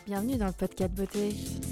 Bienvenue dans le podcast beauté.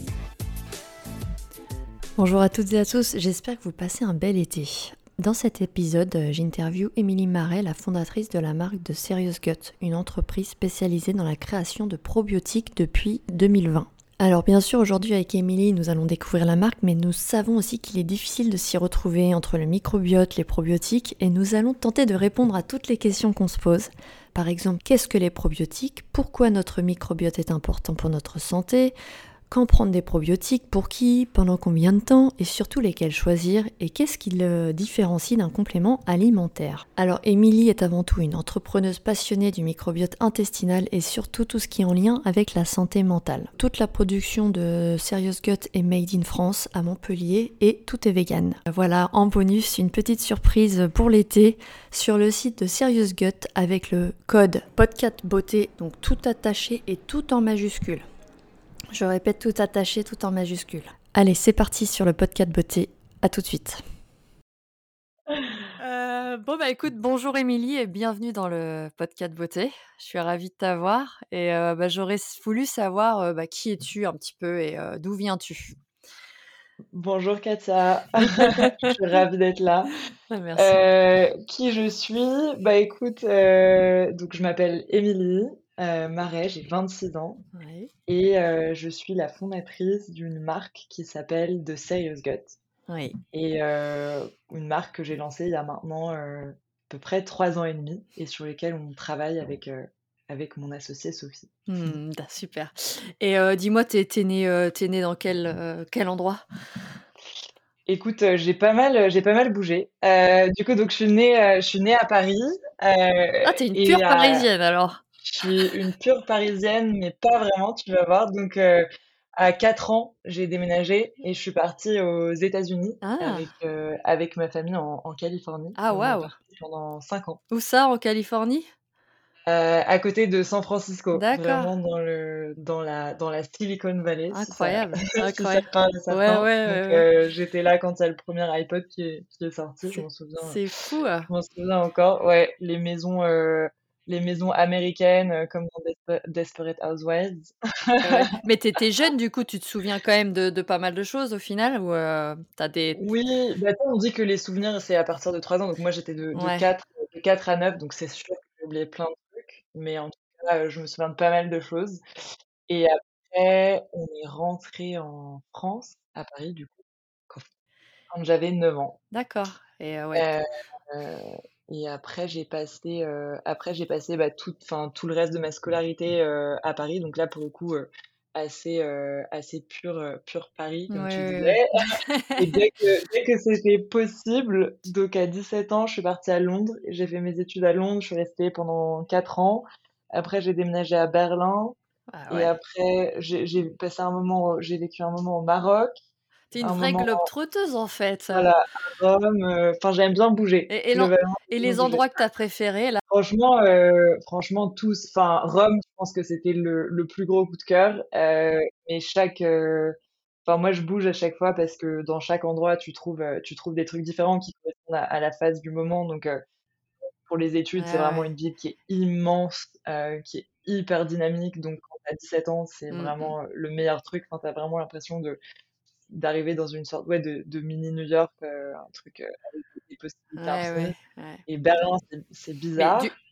Bonjour à toutes et à tous, j'espère que vous passez un bel été. Dans cet épisode, j'interviewe Émilie Marais, la fondatrice de la marque de Serious Gut, une entreprise spécialisée dans la création de probiotiques depuis 2020. Alors bien sûr, aujourd'hui avec Émilie, nous allons découvrir la marque, mais nous savons aussi qu'il est difficile de s'y retrouver entre le microbiote, les probiotiques, et nous allons tenter de répondre à toutes les questions qu'on se pose. Par exemple, qu'est-ce que les probiotiques? Pourquoi notre microbiote est important pour notre santé? Quand prendre des probiotiques? Pour qui? Pendant combien de temps? Et surtout lesquels choisir? Et qu'est-ce qui le différencie d'un complément alimentaire? Alors Émilie est avant tout une entrepreneuse passionnée du microbiote intestinal et surtout tout ce qui est en lien avec la santé mentale. Toute la production de Serious Gut est made in France à Montpellier et tout est vegan. Voilà, en bonus, une petite surprise pour l'été sur le site de Serious Gut avec le code PODCASTBEAUTÉ, donc tout attaché et tout en majuscule. Je répète, tout attaché, tout en majuscule. Allez, c'est parti sur le podcast beauté. À tout de suite. Écoute, bonjour Émilie et bienvenue dans le podcast beauté. Je suis ravie de t'avoir et j'aurais voulu savoir qui es-tu un petit peu et d'où viens-tu? Bonjour Katia, je suis ravie d'être là. Merci. Qui je suis? Écoute, donc je m'appelle Émilie Marais, j'ai 26 ans Oui, et je suis la fondatrice d'une marque qui s'appelle The Serious Gut oui. et une marque que j'ai lancée il y a maintenant à peu près 3 ans et demi et sur lesquelles on travaille avec mon associée Sophie. Super. Et dis-moi, t'es née dans quel endroit? Écoute, j'ai pas mal bougé. Du coup, donc je suis née à Paris Ah, t'es une et pure parisienne alors. je suis une pure parisienne, mais pas vraiment, tu vas voir. Donc, à 4 ans, j'ai déménagé et je suis partie aux États-Unis Ah, avec ma famille en Californie. ah Et on est waouh. parti pendant 5 ans. Où ça, en Californie? À côté de San Francisco, D'accord. vraiment dans la Silicon Valley, Incroyable, si ça incroyable. parle à Ouais, ouais, certains. Donc, ouais, ouais. j'étais là quand il y a le premier iPod qui est sorti, C'est fou, je m'en souviens encore. Ouais, les maisons américaines, comme dans Desperate Housewives. ouais. Mais tu jeune, du coup, tu te souviens quand même de pas mal de choses au final ou tu des Oui, bah, tu sais, on dit que les souvenirs, c'est à partir de 3 ans, donc moi j'étais ouais, de 4 à 9, donc c'est sûr que j'ai oublié plein de trucs, mais en tout cas, je me souviens de pas mal de choses. Et après, on est rentré en France, à Paris, du coup, quand j'avais 9 ans. d'accord et ouais. Heu et après j'ai passé, tout le reste de ma scolarité, à Paris, donc là, pour le coup, assez pur Paris, Ouais, comme tu ouais, disais. ouais. Et dès que c'était possible, donc à 17 ans, je suis partie à Londres et j'ai fait mes études à Londres. Je suis restée pendant 4 ans. Après, j'ai déménagé à Berlin Ah et ouais. après, j'ai vécu un moment au Maroc, Tu une un vraie moment, globe-trotteuse en fait. voilà, à Rome. Enfin, j'aime bien bouger. Et Globalement, et j'aime bien les bouger. endroits que tu préférés là? Franchement, tous. Enfin, Rome, je pense que c'était le plus gros coup de cœur. Mais enfin, moi, je bouge à chaque fois parce que dans chaque endroit, tu trouves des trucs différents qui correspondent à la phase du moment. Donc, pour les Ouais, études, c'est vraiment ouais. une ville qui est immense, qui est hyper dynamique. Donc, quand t'as 17 ans, c'est Mmh mh. vraiment le meilleur truc. Enfin, t'as vraiment l'impression d'arriver dans une sorte, ouais, de mini New York, un truc avec des possibilités Ouais, infinies. ouais, ouais. Et Berlin, c'est Mais bizarre. du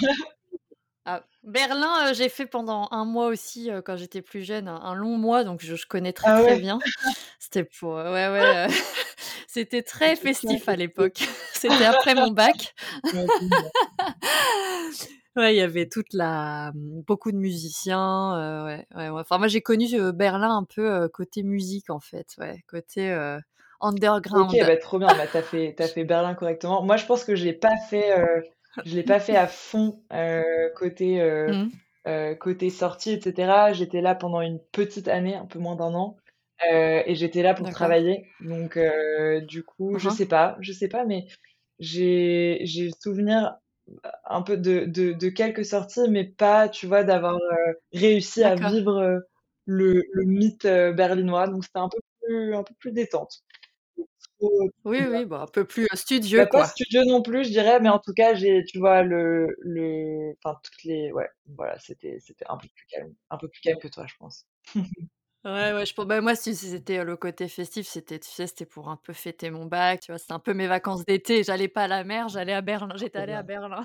Berlin, j'ai fait pendant un mois aussi, quand j'étais plus jeune, un long mois, donc je connais très, Ah très ouais? bien. C'était pour ouais, ouais, c'était très C'est clair festif que à l'époque. C'était après mon bac. j'imagine. Ouais, il y avait beaucoup de musiciens, ouais, ouais, ouais. Enfin, moi, j'ai connu, Berlin un peu, côté musique, en fait, ouais, côté, OK, underground. bah, trop bien, bah, tu fait Berlin correctement. Moi, je pense que je l'ai pas fait à fond, Mmh. côté sortie et cetera. J'étais là pendant une petite année, un peu moins d'un an, et j'étais là pour D'accord. travailler. Donc du coup, Hein, hein. je sais pas, mais j'ai souvenir un peu de quelques sorties, mais pas, tu vois, d'avoir, réussi à D'accord. vivre, le mythe, berlinois. Donc c'était un peu plus détente. trop Oui, oui, bon, un peu plus, studieux, bah, pas quoi. studieux non plus, je dirais, mais en tout cas, j'ai tu vois, enfin, toutes les ouais, voilà, c'était un peu plus calme que toi, je pense. Ouais, ouais, bah, moi, si c'était, le côté festif, c'était tu sais, c'était pour un peu fêter mon bac, tu vois? C'était un peu mes vacances d'été. J'allais pas à la mer, j'allais à Berlin. J'étais Trop allée à bien. Berlin.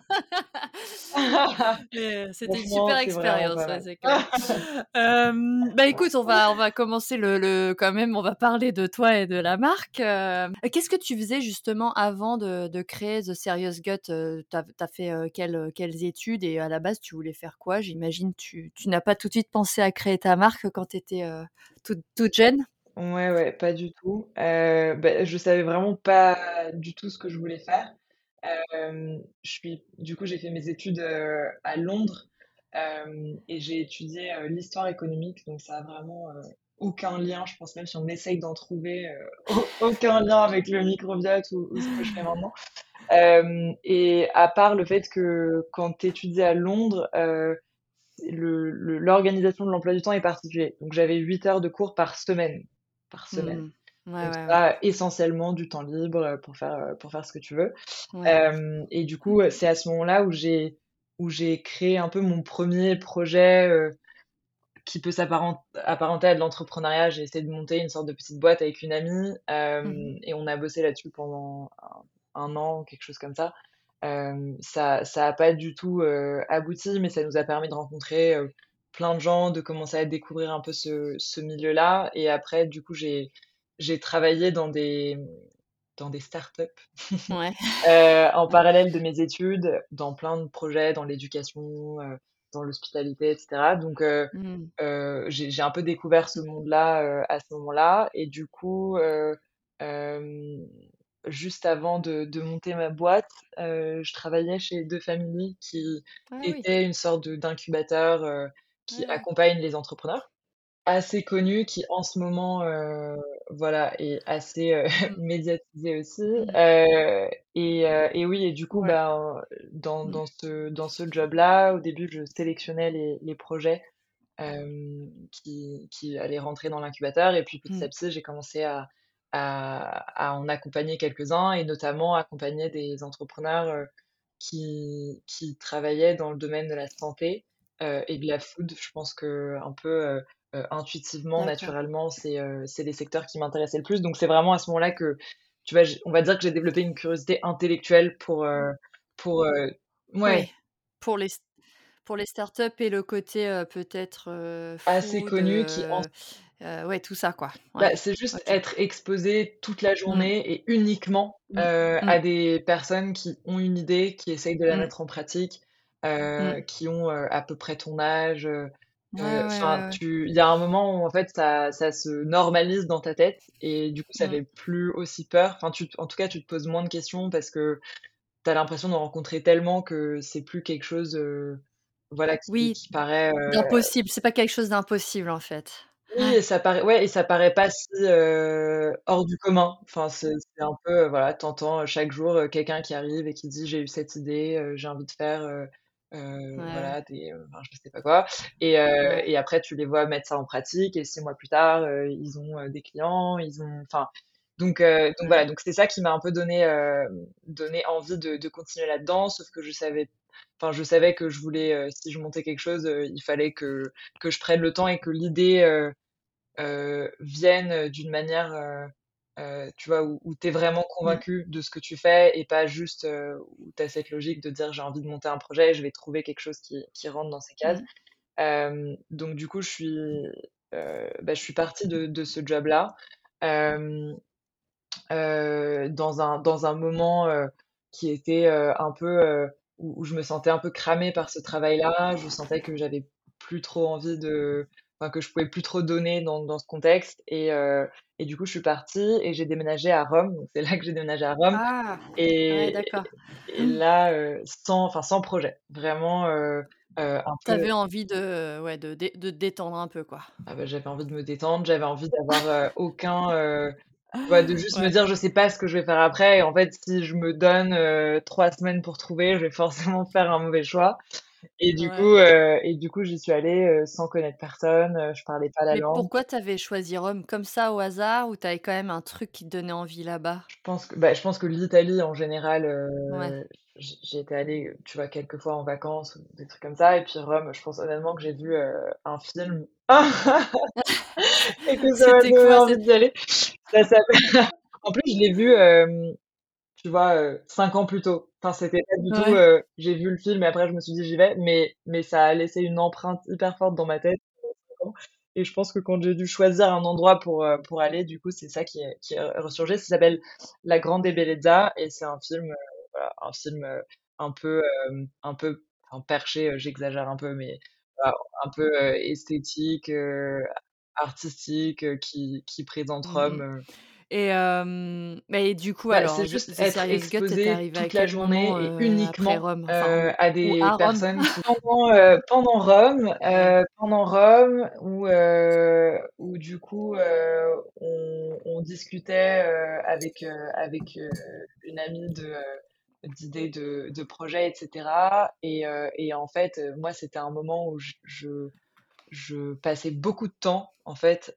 Mais, c'était une Franchement, super c'est vraiment expérience, pas ouais, mal. c'est clair. Bah, écoute, on va commencer quand même, on va parler de toi et de la marque. Qu'est-ce que tu faisais justement avant de créer The Serious Gut? Tu as fait, quelles études et à la base, tu voulais faire quoi? J'imagine tu n'as pas tout de suite pensé à créer ta marque quand tu étais, toute jeune? Ouais, ouais, pas du tout. Bah, je savais vraiment pas du tout ce que je voulais faire. Du coup, j'ai fait mes études, à Londres, et j'ai étudié, l'histoire économique, donc ça a vraiment, aucun lien, je pense même si on essaye d'en trouver, aucun lien avec le microbiote ou ce que je fais maintenant. Et à part le fait que quand tu étudies à Londres, l'organisation de l'emploi du temps est particulier. Donc j'avais 8 heures de cours par semaine. Par semaine. Mmh. Ouais, Donc ouais, ouais. ça, essentiellement du temps libre, pour faire ce que tu veux. Ouais. Et du coup, c'est à ce moment-là où j'ai créé un peu mon premier projet, qui peut apparenter à de l'entrepreneuriat. J'ai essayé de monter une sorte de petite boîte avec une amie, Mmh. et on a bossé là-dessus pendant un an, quelque chose comme ça. Ça a pas du tout, abouti, mais ça nous a permis de rencontrer, plein de gens, de commencer à découvrir un peu ce milieu-là. Et après, du coup, j'ai travaillé dans des startups, Ouais. en parallèle de mes études, dans plein de projets, dans l'éducation, dans l'hospitalité, et cetera. Donc, Mmh. j'ai un peu découvert ce monde-là, à ce moment-là. Et du coup, hem, juste avant de monter ma boîte, je travaillais chez Deux Family, qui Ah oui. était une sorte d'incubateur, qui Ouais, ouais. accompagne les entrepreneurs. Assez connu, qui en ce moment, voilà, est assez, Mmh. médiatisé aussi, Mmh. et oui. Et du coup, Ouais. ben, Mmh. dans ce job-là, au début, je sélectionnais les projets, qui allaient rentrer dans l'incubateur. Et puis petit Mmh. à petit, j'ai commencé à en accompagner quelques-uns, et notamment accompagner des entrepreneurs, qui travaillaient dans le domaine de la santé, et de la food. Je pense qu'un peu, intuitivement, D'accord. naturellement, c'est les secteurs qui m'intéressaient le plus. Donc c'est vraiment à ce moment-là que, tu vois, on va dire que j'ai développé une curiosité intellectuelle pour, ouais, Oui, pour les pour les startups et le côté, peut-être, assez food, connu, ouais, tout ça, quoi. Ouais. bah, c'est juste OK. être exposé toute la Mmh. journée et uniquement, Mmh. Mmh. à des personnes qui ont une idée, qui essayent de la Mmh. mettre en pratique, Mmh. qui ont, à peu près ton âge, Ouais, ouais, enfin, ouais, ouais. il y a un moment où en fait ça se normalise dans ta tête, et du coup ça Mmh. fait plus aussi peur. Enfin, en tout cas, tu te poses moins de questions parce que tu as l'impression d'en rencontrer tellement que c'est plus quelque chose, voilà, Oui, qui paraît, d'impossible, c'est pas quelque chose d'impossible, en fait. oui. Ouais. Et ça paraît, ouais, et ça paraît pas si, hors du commun. Enfin, c'est un peu, voilà, tu entends, chaque jour, quelqu'un qui arrive et qui dit: «J'ai eu cette idée, j'ai envie de faire, Ouais, ouais. voilà, enfin, je sais pas quoi». Ouais. Et après tu les vois mettre ça en pratique, et 6 mois plus tard, ils ont, des clients, ils ont, enfin, donc Ouais. voilà. Donc c'est ça qui m'a un peu donné envie de continuer là-dedans. Sauf que je savais que je voulais, si je montais quelque chose, il fallait que je prenne le temps, et que l'idée, viennent, d'une manière, tu vois, où tu es vraiment Mmh. convaincu de ce que tu fais, et pas juste, où tu as cette logique de dire: «J'ai envie de monter un projet, je vais trouver quelque chose qui rentre dans ces cases». Mmh. Donc du coup, bah, je suis partie de ce job-là, hem, dans un moment, qui était, un peu, où je me sentais un peu cramée par ce travail-là. Je sentais que j'avais plus trop envie enfin, que je pouvais plus trop donner dans ce contexte. Et du coup, je suis partie et j'ai déménagé à Rome. Donc c'est là que j'ai déménagé à Rome, Ah! Ouais, et d'accord. là, sans projet. Vraiment, un Tu peu. avais envie ouais, de te détendre un peu, quoi. Ah bah, j'avais envie de me détendre, j'avais envie d'avoir, aucun, tu vois, de juste me Ouais. dire: «Je sais pas ce que je vais faire après», et en fait, si je me donne, 3 semaines pour trouver, je vais forcément faire un mauvais choix. Ouais. Et du coup, j'y suis allée sans connaître personne, je parlais pas la Mais langue. pourquoi t'avais choisi Rome comme ça au hasard ou t'avais quand même un truc qui te donnait envie là-bas? Je pense que l'Italie en général, Ouais. j'y étais allée, tu vois, quelques fois en vacances ou des trucs comme ça et puis Rome, je pense honnêtement que j'ai vu, un film et que ça m'a C'était donné quoi? envie d'y aller. Ça s'appelle En plus, je l'ai vu, tu vois, 5 ans plus tôt. Enfin, c'était pas du tout, Ouais, j'ai vu le film et après je me suis dit: «J'y vais», mais ça a laissé une empreinte hyper forte dans ma tête, et je pense que quand j'ai dû choisir un endroit pour aller, du coup, c'est ça qui est ressurgé. Ça s'appelle La Grande Bellezza et c'est un film, voilà, un film, un peu, enfin perché, j'exagère un peu, mais voilà, un peu, esthétique, artistique, qui présente mmh Rome, mh. Et mais du coup bah, alors c'est The juste être Serious God, tu exposé arrivé à toute la quel moment, journée et après uniquement, Rome? Enfin à ou des à Rome? personnes qui Ouais, pendant Rome où du coup, on discutait, avec une amie d'idées de projets et cetera et en fait, moi, c'était un moment où je passais beaucoup de temps, en fait,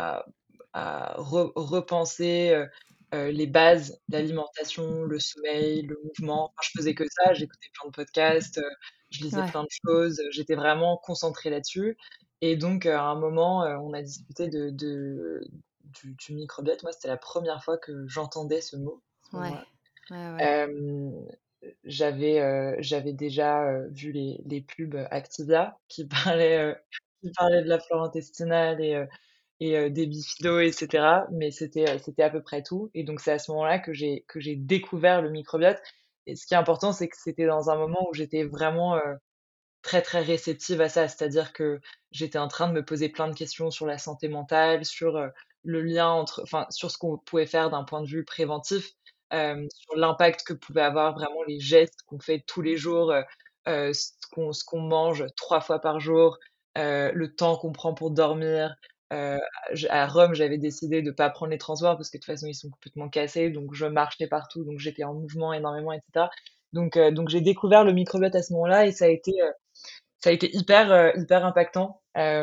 à repenser, les bases, l'alimentation, le sommeil, le mouvement. Enfin, je faisais que ça, j'écoutais plein de podcasts, je lisais ouais, plein de choses, j'étais vraiment concentrée là-dessus et donc à un moment, on a discuté du microbiote. Moi, c'était la première fois que j'entendais ce mot, à ce ouais, moment-là. ouais, ouais. Hem, j'avais déjà, vu les pubs Activia qui parlaient de la flore intestinale et des bifidos et cetera, mais c'était à peu près tout et donc c'est à ce moment-là que j'ai découvert le microbiote et ce qui est important, c'est que c'était dans un moment où j'étais vraiment, très, très réceptive à ça. C'est-à-dire que j'étais en train de me poser plein de questions sur la santé mentale, sur, le lien entre enfin, sur ce qu'on pouvait faire d'un point de vue préventif, sur l'impact que pouvaient avoir vraiment les gestes qu'on fait tous les jours, ce qu'on mange 3 fois par jour, le temps qu'on prend pour dormir. Heu, à Rome, j'avais décidé de pas prendre les transports parce que de toute façon, ils sont complètement cassés, donc je marchais partout, donc j'étais en mouvement énormément et cetera. Donc j'ai découvert le microbiote à ce moment-là et ça a été hyper impactant,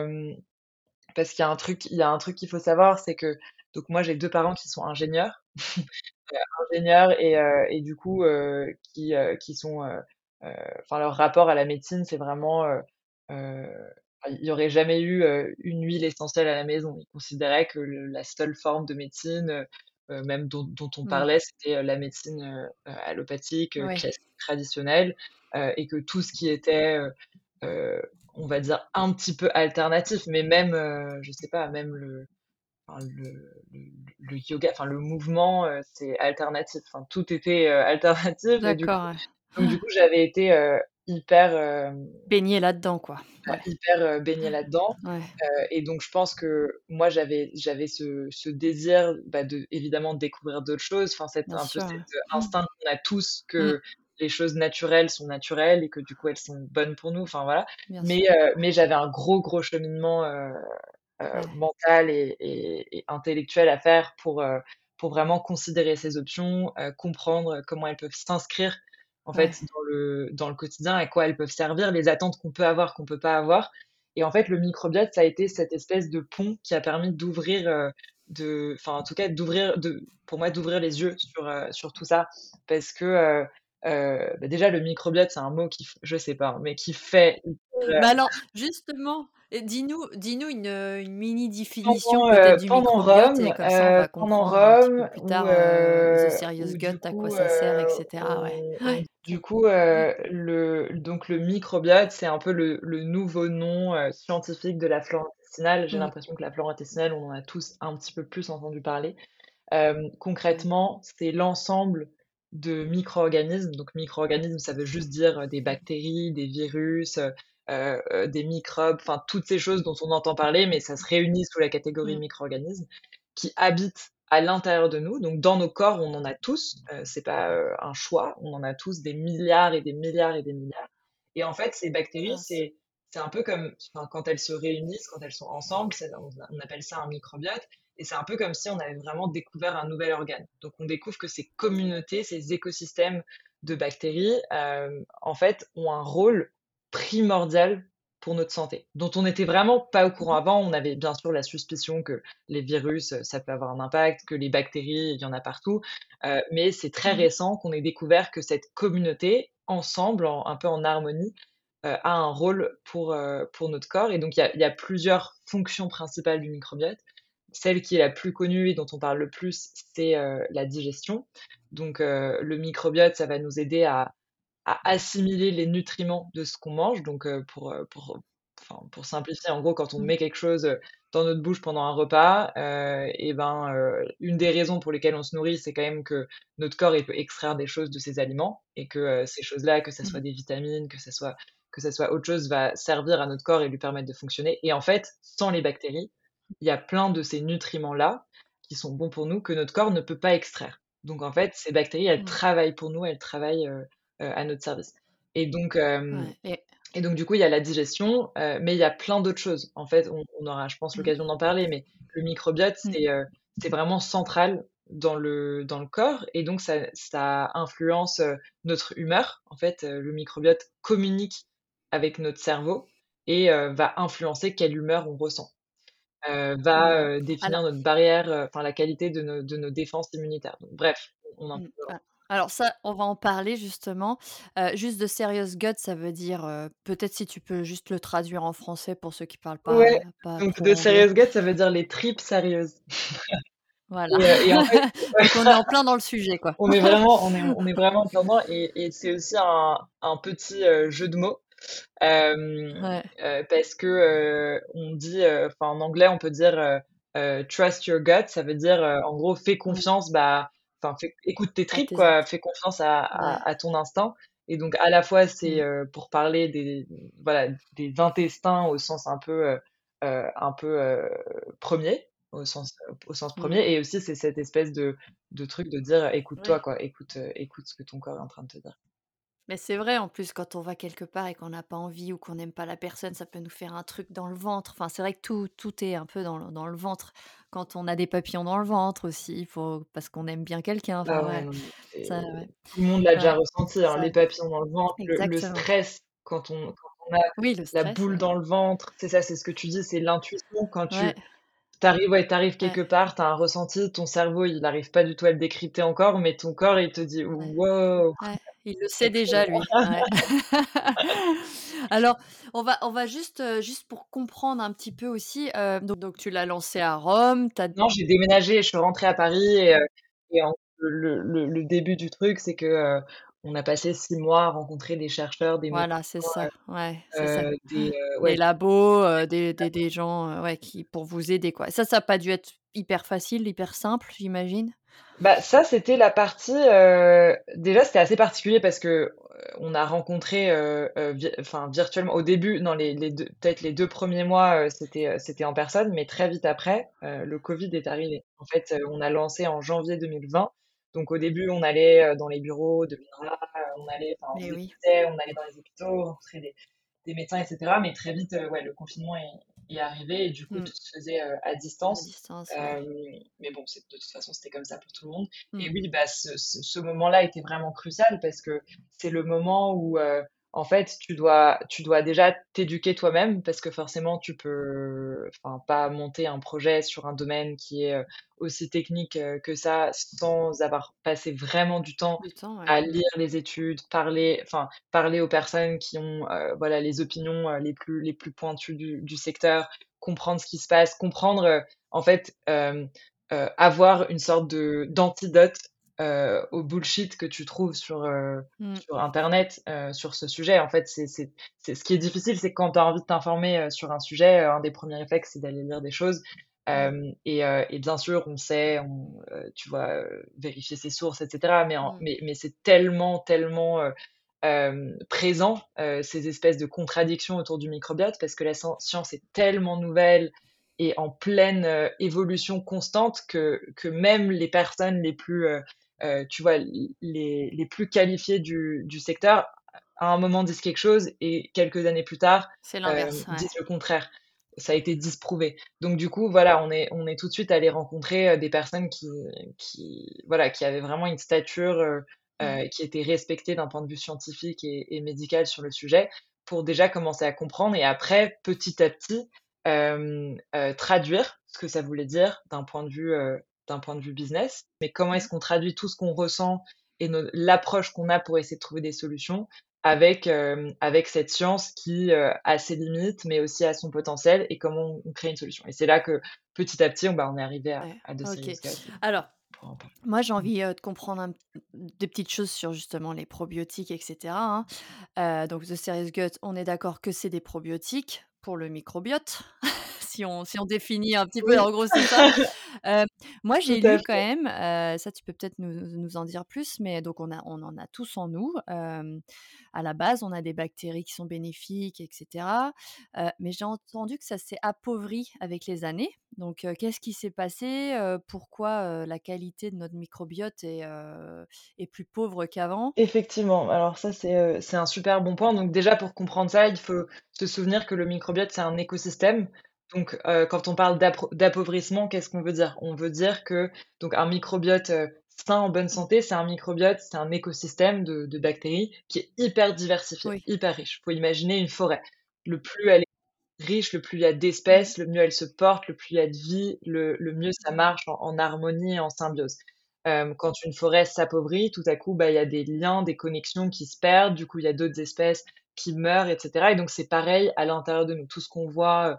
parce qu'il y a un truc qu'il faut savoir, c'est que donc moi j'ai 2 parents qui sont ingénieurs, ingénieurs et du coup, qui sont, enfin leur rapport à la médecine, c'est vraiment, enfin, il y aurait jamais eu, une huile essentielle à la maison. Ils considéraient que la seule forme de médecine, même dont on Mmh. parlait, c'était, la médecine, allopathique, Ouais, classique, traditionnelle, et que tout ce qui était, heu, on va dire un petit peu alternatif, mais même, je sais pas, même enfin le le yoga, enfin le mouvement, c'est alternatif. Enfin tout était, alternatif et d'accord, ouais. du coup j'avais été, hyper, Baigné là-dedans, quoi. Ouais, hyper, baignée là-dedans, ouais, et donc je pense que moi j'avais ce désir, bah, de évidemment découvrir d'autres choses, enfin bien un peu sûr, cet, ouais. instinct qu'on a tous Mmh, que les choses naturelles sont naturelles et que du coup elles sont bonnes pour nous, enfin voilà. bien sûr, Mais j'avais un gros cheminement, ouais, mental et intellectuel à faire pour vraiment considérer ces options, comprendre comment elles peuvent s'inscrire en ouais, fait dans le quotidien, à quoi elles peuvent servir, les attentes qu'on peut avoir, qu'on peut pas avoir et en fait le microbiote, ça a été cette espèce de pont qui a permis d'ouvrir, enfin en tout cas pour moi d'ouvrir les yeux sur tout ça parce que, bah, déjà le microbiote, c'est un mot je sais pas, hein, mais qui fait bah, alors, justement, dis-nous une mini définition peut-être du microbiote et comme ça on va Pendant comprendre un petit peu Rome plus tard, The Serious où Gut, du à quoi coup, ça sert et cetera, ouais. Ouais, du coup, le microbiote, c'est un peu le nouveau nom, scientifique de la flore intestinale. J'ai mmh, l'impression que la flore intestinale, on en a tous un petit peu plus entendu parler. ouais, Concrètement, c'est l'ensemble de micro-organismes. Donc micro-organismes, ça veut juste dire, des bactéries, des virus, des microbes, enfin toutes ces choses dont on entend parler, mais ça se réunit sous la catégorie mmh, micro-organismes qui habitent à l'intérieur de nous. Donc dans nos corps, on en a tous, c'est pas, un choix, on en a tous des milliards et des milliards et des milliards. Et en fait, ces bactéries, mince, c'est un peu comme enfin, quand elles se réunissent, quand elles sont ensemble, on appelle ça un microbiote et c'est un peu comme si on avait vraiment découvert un nouvel organe. Donc on découvre que ces communautés, ces écosystèmes de bactéries, en fait, ont un rôle primordial pour notre santé, dont on n'était vraiment pas au courant avant. On avait bien sûr la suspicion que les virus, ça peut avoir un impact, que les bactéries, il y en a partout, mais c'est très Mmh. récent qu'on ait découvert que cette communauté, ensemble, un peu en harmonie, a un rôle pour notre corps. Et donc il y a plusieurs fonctions principales du microbiote. Celle qui est la plus connue et dont on parle le plus, c'est, la digestion. Donc le microbiote, ça va nous aider à assimiler les nutriments de ce qu'on mange. Donc pour simplifier, en gros, quand on Mmh. met quelque chose, dans notre bouche pendant un repas, et ben, une des raisons pour lesquelles on se nourrit, c'est quand même que notre corps, il peut extraire des choses de ces aliments et que, ces choses-là, que ça Mmh. soit des vitamines, que ça soit autre chose, va servir à notre corps et lui permettre de fonctionner. Et en fait, sans les bactéries, il y a plein de ces nutriments-là qui sont bons pour nous, que notre corps ne peut pas extraire. Donc en fait, ces bactéries, elles Mmh. travaillent pour nous, elles travaillent, à notre service. Et donc, Ouais et donc du coup, il y a la digestion, mais il y a plein d'autres choses. En fait, on aura, je pense, mmh. l'occasion d'en parler, mais le microbiote, Mmh. c'est vraiment central dans le corps. Et donc ça influence, notre humeur. En fait, le microbiote communique avec notre cerveau et va influencer quelle humeur on ressent. Va, Mmh. définir Alors notre barrière, enfin la qualité de nos défenses immunitaires. Donc bref, on en mmh, parlera. alors ça, on va en parler justement. Juste de Serious Gut, ça veut dire, peut-être si tu peux juste le traduire en français pour ceux qui parlent Ouais, pas donc trop de anglais? serious gut, ça veut dire les tripes sérieuses. Voilà. Et en fait, Donc on est en plein dans le sujet, quoi. on est vraiment dedans. Et c'est aussi un petit, jeu de mots, Ouais. parce que, on dit, enfin en anglais on peut dire, trust your gut, ça veut dire, en gros fais Mmh. confiance, enfin écoute tes À tripes tes quoi, fais confiance à ouais. à à ton instinct. Et donc à la fois c'est, Mmh. pour parler voilà, des intestins au sens un peu, 1er, au sens Mmh. 1er. Et aussi c'est cette espèce de truc de dire: «Écoute-toi Ouais. quoi, écoute ce que ton corps est en train de te dire». Mais c'est vrai, en plus, quand on va quelque part et qu'on n'a pas envie ou qu'on n'aime pas la personne, ça peut nous faire un truc dans le ventre. Enfin, c'est vrai que tout est un peu dans le ventre. Quand on a des papillons dans le ventre aussi, faut parce qu'on aime bien quelqu'un. Enfin, Ah ouais, ouais, non, mais ça ouais, tout le monde l'a déjà ouais, ressenti, hein, ça les papillons dans le ventre, le exactement. stress quand on a Oui, le la stress, boule ouais. dans le ventre. C'est ça, c'est ce que tu dis, c'est l'intuition quand Ouais, tu arrives ouais, quelque part, tu as un ressenti, ton cerveau, il arrive pas du tout à le décrypter encore, mais ton corps, il te dit: ouais, «Wow!» ouais. Il le sait déjà, excellent. lui, ouais. Alors, on va juste pour comprendre un petit peu aussi, donc tu l'as lancé à Rome, tu as Non, j'ai déménagé, je suis rentrée à Paris. Et le début du truc, c'est que, on a passé 6 mois à rencontrer des chercheurs, des médecins, voilà, c'est ça, ouais, c'est ça. ouais. Des labos, des gens, ouais, qui pour vous aider, quoi. Ça a pas dû être hyper facile, hyper simple, j'imagine? Bah, ça, c'était la partie, déjà, c'était assez particulier parce que, on a rencontré, enfin, virtuellement au début, non, les 2 peut-être les 2 premiers mois, c'était en personne, mais très vite après, le covid est arrivé. En fait, on a lancé en janvier 2020. Donc au début, on allait, dans les bureaux de l'INRA, on Mais oui. visitait, on allait dans les hôpitaux, rencontrer des médecins et cetera. Mais très vite, ouais, le confinement est arrivé et du coup, Mmh. tout se faisait, à À distance. distance, ouais. Hem, mais bon, c'est de toute façon, c'était comme ça pour tout le monde. Et Mmh. oui, bah, ce moment-là était vraiment crucial parce que c'est le moment où, en fait, tu dois déjà t'éduquer toi-même parce que forcément tu peux, enfin, pas monter un projet sur un domaine qui est, aussi technique, que ça, sans avoir passé vraiment du temps Du temps, ouais. à lire les études, parler aux personnes qui ont, voilà, les opinions, les plus pointues du secteur, comprendre ce qui se passe, comprendre, en fait, avoir une sorte d'antidote, au bullshit que tu trouves Mmh. sur internet, sur ce sujet. En fait, c'est ce qui est difficile, c'est que quand tu as envie de t'informer, sur un sujet, un des premiers réflexes, c'est d'aller lire des choses. Mmh. Et bien sûr, on sait, tu vois, vérifier ses sources et cetera, Mmh. mais c'est tellement, tellement, présent, ces espèces de contradictions autour du microbiote parce que la science est tellement nouvelle et en pleine, évolution constante que même les personnes les plus, tu vois, les plus qualifiées du secteur, à un moment disent quelque chose et quelques années plus tard, C'est l'inverse, ouais. disent le contraire. Ça a été disprouvé. Donc du coup, voilà, on est tout de suite allé rencontrer, des personnes voilà, qui avaient vraiment une stature, Mmh. qui était respectée d'un point de vue scientifique et médical sur le sujet, pour déjà commencer à comprendre et après, petit à petit, traduire ce que ça voulait dire d'un point de vue business. Mais comment est-ce Mmh. qu'on traduit tout ce qu'on ressent et l'approche qu'on a pour essayer de trouver des solutions avec, avec cette science qui, a ses limites, mais aussi a son potentiel et comment on crée une solution. Et c'est là que, petit à petit, on est arrivé Ouais, à The OK. Serious Gut et Alors, on pourra en parler. moi, j'ai Mmh. envie, de comprendre des petites choses sur justement les probiotiques et cetera, hein. Donc The Serious Gut, on est d'accord que c'est des probiotiques pour le microbiote, si on définit un petit peu, Oui, en gros, c'est ça? Heu, Moi, tout j'ai à lu quand fait. même, ça tu peux peut-être nous en dire plus, mais donc on en a tous en nous. À la base, on a des bactéries qui sont bénéfiques et cetera, mais j'ai entendu que ça s'est appauvri avec les années. Donc qu'est-ce qui s'est passé? Pourquoi, la qualité de notre microbiote est plus pauvre qu'avant? Effectivement, alors ça c'est un super bon point. Donc déjà pour comprendre ça, il faut se souvenir que le microbiote, c'est un écosystème. Donc quand on parle d'appauvrissement, qu'est-ce qu'on veut dire? On veut dire que donc un microbiote, sain, en bonne Mmh. santé, c'est un microbiote, c'est un écosystème de bactéries qui est hyper diversifié, Oui. hyper riche. Il faut imaginer une forêt. Le plus elle est riche, le plus il y a Mmh. d'espèces, le mieux elle se porte, le plus il y a de vie, le mieux ça marche en harmonie et en symbiose. Quand une forêt s'appauvrit, tout à coup, bah, il y a des liens, des connexions qui se perdent, du coup, il y a d'autres espèces qui meurent et cetera et donc c'est pareil à l'intérieur de nous. Tout ce qu'on voit,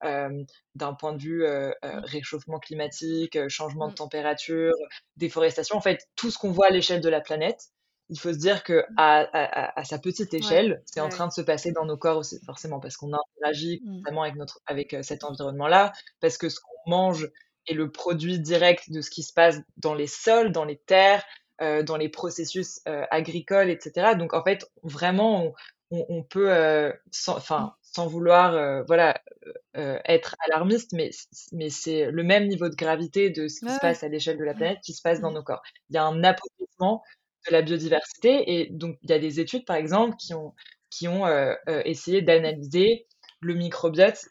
d'un point de vue, Mmh. réchauffement climatique, changement de Mmh. température, déforestation, en fait, tout ce qu'on voit à l'échelle de la planète, il faut se dire qu'à Mmh. à sa petite Ouais. échelle, c'est en Ouais, train ouais. de se passer dans nos corps aussi, forcément, parce qu'on interagit Mmh. constamment avec cet environnement-là, parce que ce qu'on mange est le produit direct de ce qui se passe dans les sols, dans les terres, dans les processus, agricoles et cetera. Donc en fait, vraiment, on peut, Mmh. sans vouloir, voilà, être alarmiste, mais c'est le même niveau de gravité de ce qui Ouais, se ouais. passe à l'échelle de la planète qui se passe dans Mmh. nos corps. Il y a un appauvrissement de la biodiversité et donc il y a des études, par exemple, qui ont, essayé d'analyser le microbiote,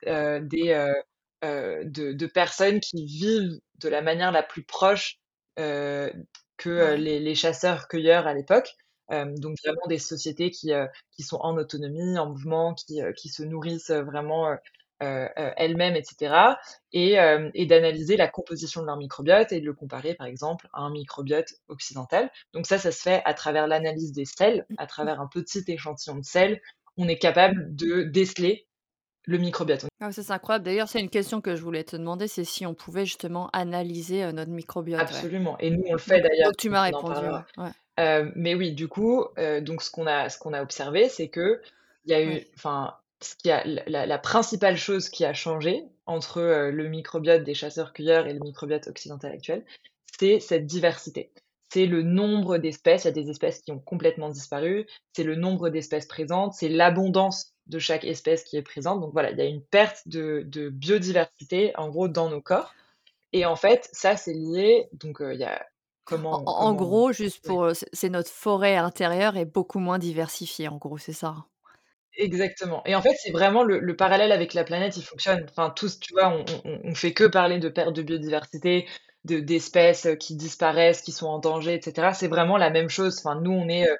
de personnes qui vivent de la manière la plus proche, heu, que, Ouais. les chasseurs-cueilleurs à l'époque. Donc vraiment des sociétés qui sont en autonomie, en mouvement, qui se nourrissent, vraiment, elles-mêmes et cetera et d'analyser la composition de leur microbiote et de le comparer, par exemple, à un microbiote occidental. Donc ça se fait à travers l'analyse des sels, à travers un petit échantillon de sels, on est capable de déceler le microbiote. Ah ça, c'est incroyable. D'ailleurs, c'est une question que je voulais te demander, c'est si on pouvait justement analyser, notre microbiote, ouais. Absolument et nous, on le fait Donc d'ailleurs, donc tu donc m'as on en répondu, ouais, parlera. ouais, Mais oui, du coup, donc ce qu'on a observé, c'est qu'il y a ouais. eu enfin, ce qui a la principale chose qui a changé entre, le microbiote des chasseurs-cueilleurs et le microbiote occidental actuel, c'est cette diversité. C'est le nombre d'espèces, il y a des espèces qui ont complètement disparu, c'est le nombre d'espèces présentes, c'est l'abondance de chaque espèce qui est présente. Donc voilà, il y a une perte de biodiversité, en gros, dans nos corps et en fait, ça, c'est lié donc, il y a En gros, juste ouais. pour, c'est notre forêt intérieure est beaucoup moins diversifiée, en gros, c'est ça? Exactement et en fait, c'est vraiment le parallèle avec la planète, il fonctionne. Enfin, tous, tu vois, on fait que parler de perte de biodiversité, d'espèces, qui disparaissent, qui sont en danger et cetera. C'est vraiment la même chose. Enfin, nous,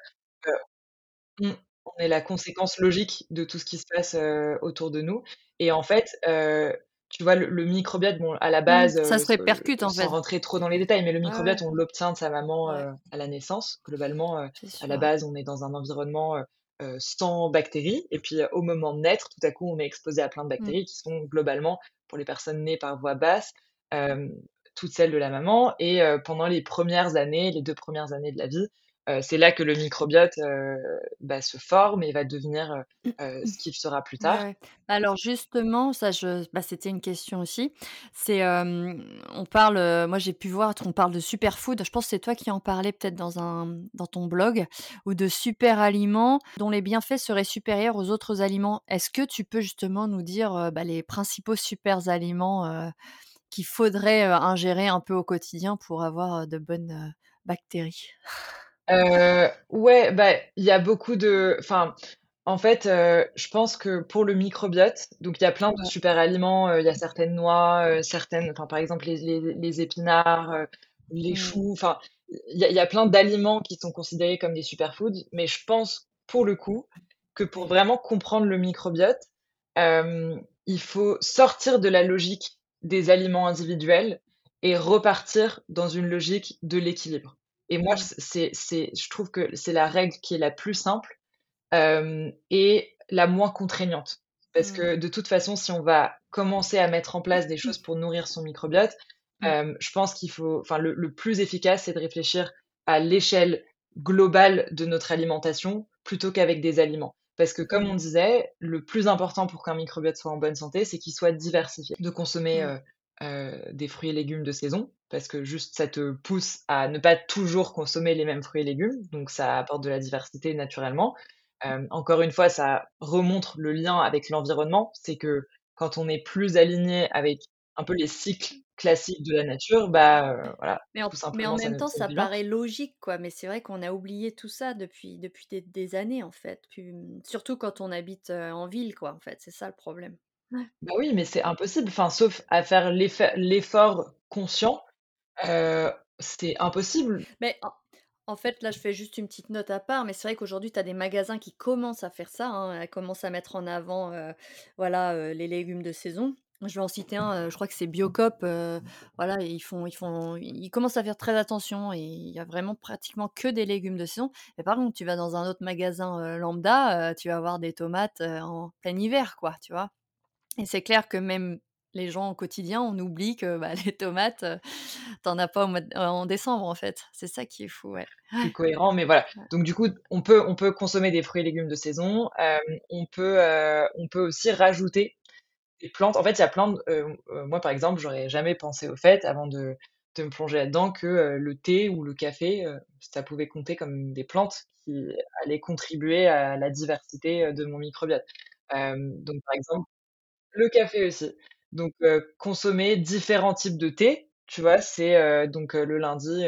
mmh, on est la conséquence logique de tout ce qui se passe, autour de nous et en fait, tu vois, le microbiote, bon, à la Mmh, base, ça se répercute, en sans fait. rentrer trop dans les détails, mais le Ouais, ouais, microbiote, on l'obtient de sa maman, ouais, à la naissance. Globalement, c'est à la sûr. base, on est dans un environnement, sans bactéries et puis, au moment de naître, tout à coup, on est exposé à plein de Mmh. bactéries qui sont globalement, pour les personnes nées par voie basse, hem, toutes celles de la maman et pendant les premières années, les 2 premières années de la vie, c'est là que le microbiote, bah, se forme et va devenir, ce qu'il sera plus Ouais, tard. ouais. Alors justement, ça c'était une question aussi. C'est, on parle, moi j'ai pu voir qu'on parle de superfood. Je pense que c'est toi qui en parlais peut-être dans ton blog ou de super aliments dont les bienfaits seraient supérieurs aux autres aliments. Est-ce que tu peux justement nous dire, les principaux super aliments, qu'il faudrait, ingérer un peu au quotidien pour avoir, de bonnes, bactéries? Ouais, bah, il y a beaucoup de enfin, en fait, je pense que pour le microbiote, donc il y a plein de Ouais. super aliments, il y a certaines noix, certaines enfin, par exemple, les épinards, les Mmh. choux, enfin, il y a plein d'aliments qui sont considérés comme des superfoods, mais je pense, pour le coup, que pour Oui. vraiment comprendre le microbiote, il faut sortir de la logique des aliments individuels et repartir dans une logique de l'équilibre. Et moi, Mmh. je trouve que c'est la règle qui est la plus simple, et la moins contraignante. Parce Mmh. que de toute façon, si on va commencer à mettre en place des choses pour nourrir son microbiote, Mmh. je pense qu'il faut enfin le plus efficace, c'est de réfléchir à l'échelle globale de notre alimentation plutôt qu'avec des aliments. Parce que comme Mmh. on disait, le plus important pour qu'un microbiote soit en bonne santé, c'est qu'il soit diversifié. De consommer, Mmh. des fruits et légumes de saison, parce que juste ça te pousse à ne pas toujours consommer les mêmes fruits et légumes, donc ça apporte de la diversité naturellement. Encore une fois, ça remontre le lien avec l'environnement. C'est que quand on est plus aligné avec un peu les cycles classiques de la nature, bah, voilà, tout Mais en simplement même temps, ça nous ça fait bien. paraît logique, quoi, mais c'est vrai qu'on a oublié tout ça depuis des années, en fait, puis, surtout quand on habite, en ville, quoi, en fait, c'est ça le problème. Ouais. Bah oui, mais c'est impossible, enfin, sauf à faire l'effort conscient, heu, c'est impossible. Mais en fait, là, je fais juste une petite note à part, mais c'est vrai qu'aujourd'hui, tu as des magasins qui commencent à faire ça, hein, commencent à mettre en avant, voilà, les légumes de saison. Je vais en citer un, je crois que c'est Biocoop, voilà, et ils commencent à faire très attention et il y a vraiment pratiquement que des légumes de saison. Mais par contre, tu vas dans un autre magasin, lambda, tu vas avoir des tomates, en plein hiver, quoi, tu vois? Et c'est clair que même les gens au quotidien, on oublie que, bah, les tomates, tu as pas en décembre, en fait. C'est ça qui est fou, ouais. Plus Ouais, cohérent, mais voilà. ouais. Donc du coup, on peut consommer des fruits et légumes de saison, on peut aussi rajouter des plantes. En fait, il y a plein de moi, par exemple, j'aurais jamais pensé au fait, avant de me plonger là-dedans, que, le thé ou le café, ça pouvait compter comme des plantes qui allaient contribuer à la diversité, de mon microbiote. Donc par exemple le café aussi. Donc consommer différents types de thé, tu vois? C'est, donc le lundi,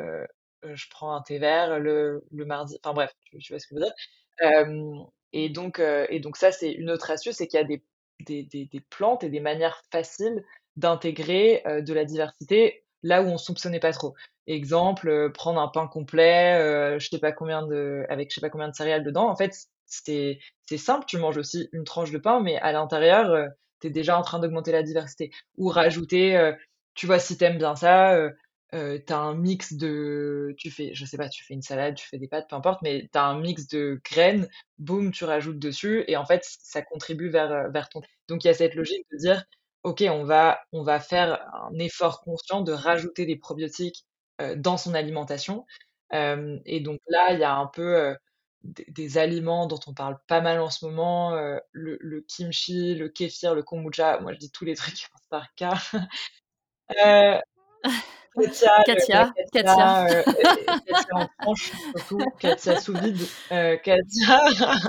je prends un thé vert, le mardi enfin bref, tu vois ce que je veux dire? Hem et donc ça, c'est une autre astuce, c'est qu'il y a des plantes et des manières faciles d'intégrer, de la diversité là où on soupçonnait pas trop. Exemple, prendre un pain complet, je sais pas combien de avec je sais pas combien de céréales dedans. En fait, c'est simple, tu manges aussi une tranche de pain, mais à l'intérieur, tu es déjà en train d'augmenter la diversité. Ou rajouter, tu vois, si tu aimes bien ça, tu as un mix de tu fais je sais pas, tu fais une salade, tu fais des pâtes, peu importe, mais tu as un mix de graines, boum, tu rajoutes dessus et en fait, ça contribue vers ton donc il y a cette logique de dire: «OK, on va faire un effort conscient de rajouter des probiotiques, dans son alimentation». Et donc là, il y a un peu, des aliments dont on parle pas mal en ce moment, le kimchi, le kéfir, le kombucha. Moi, je dis tous les trucs qui commencent par K. Heu, Katia, la Katia. Katia, Katia en tranches surtout, Katia sous vide, Katia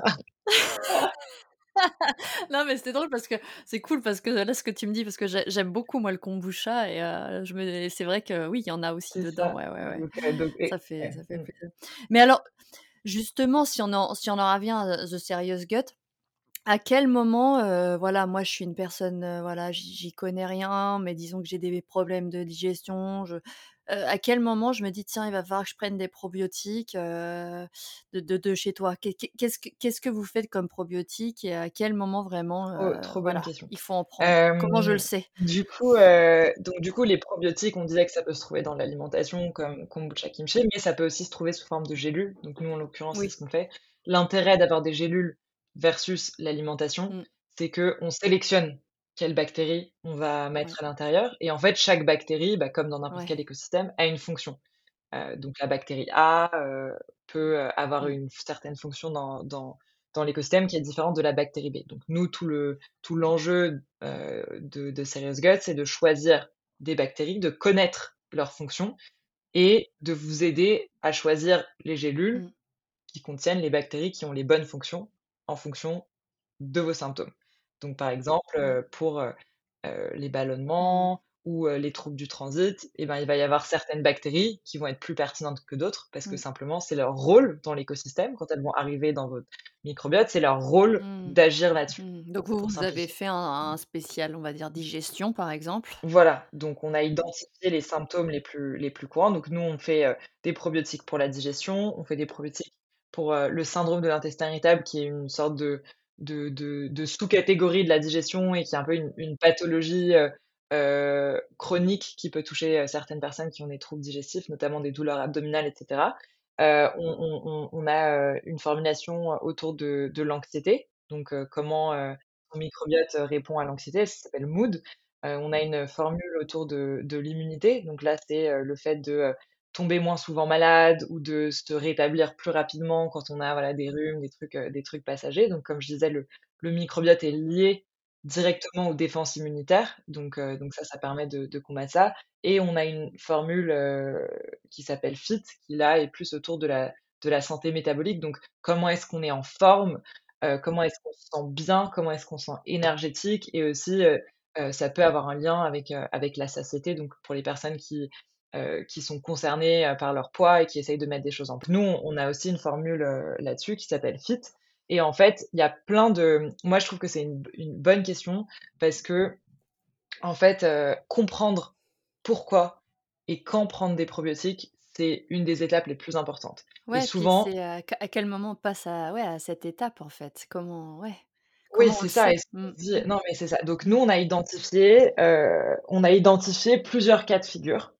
Non, mais c'était drôle parce que c'est cool parce que là, ce que tu me dis, parce que j'aime beaucoup moi le kombucha et c'est vrai que oui, il y en a aussi c'est dedans, ça. ouais, ouais, ouais. Donc et ouais, Ça fait mmh. plaisir. Mais alors, justement, si on en revient à The Serious Gut, à quel moment, voilà, moi je suis une personne, voilà, j'y connais rien, mais disons que j'ai des problèmes de digestion, à quel moment je me dis: «Tiens, il va falloir que je prenne des probiotiques», de chez toi? Qu'est-ce que vous faites comme probiotiques et à quel moment vraiment, Trop bonne voilà, question. il faut en prendre? Comment je le Hem, sais? du coup, les probiotiques, on disait que ça peut se trouver dans l'alimentation comme kombucha, kimchi, mais ça peut aussi se trouver sous forme de gélules. Donc nous, en l'occurrence, c'est ce Oui. qu'on fait. L'intérêt d'avoir des gélules versus l'alimentation, Mmh. c'est qu'on sélectionne quelles bactéries on va Ouais, mettre à l'intérieur et en fait, chaque bactérie, bah, comme dans n'importe ouais. quel écosystème, a une fonction. Donc la bactérie A, peut, avoir Mmh. une certaine fonction dans l'écosystème qui est différente de la bactérie B. Donc nous, tout l'enjeu, de Serious Gut, c'est de choisir des bactéries, de connaître leurs fonctions et de vous aider à choisir les gélules Mmh. qui contiennent les bactéries qui ont les bonnes fonctions en fonction de vos symptômes. Donc par exemple, Ouais. pour, les Mmh. ballonnements ou, les troubles du transit et ben, il va y avoir certaines bactéries qui vont être plus pertinentes que d'autres parce que Mmh. simplement c'est leur rôle dans l'écosystème quand elles vont arriver dans votre microbiote, c'est leur rôle Mmh. d'agir là-dessus, Donc vous, pour vous avez simplifier. fait un spécial, on va dire, digestion, par exemple? Voilà, donc on a identifié les symptômes les plus courants. Donc nous, on fait, des probiotiques pour la digestion, on fait des probiotiques pour le syndrome de l'intestin irritable, qui est une sorte de sous-catégorie de la digestion et qui est un peu une pathologie chronique qui peut toucher certaines personnes qui ont des troubles digestifs, notamment des douleurs abdominales, etc. On a une formulation autour de l'anxiété, donc comment ton microbiote répond à l'anxiété, ça s'appelle Mood. On a une formule autour de l'immunité, donc là, c'est le fait de tomber moins souvent malade ou de se rétablir plus rapidement quand on a, voilà, des rhumes, des trucs passagers. Donc comme je disais, le microbiote est lié directement aux défenses immunitaires, donc ça permet de combattre ça. Et on a une formule, qui s'appelle FIT, qui là est plus autour de la santé métabolique. Donc comment est-ce qu'on est en forme? Comment est-ce qu'on se sent bien? Comment est-ce qu'on se sent énergétique? Et aussi, ça peut avoir un lien avec la satiété, donc pour les personnes qui sont concernées, par leur poids et qui essayent de mettre des choses en nous, on a aussi une formule, là-dessus qui s'appelle FIT. Et en fait, il y a plein de moi je trouve que c'est une bonne question parce que en fait, comprendre pourquoi et quand prendre des probiotiques, c'est une des étapes les plus importantes. Et Ouais, puis souvent c'est à quel moment on passe à ouais, à cette étape, en fait? Comment ouais, oui, comment on c'est le ça sait? et ce Mmh. qu'on se dit non, mais c'est ça. Donc nous, on a identifié plusieurs cas de figure,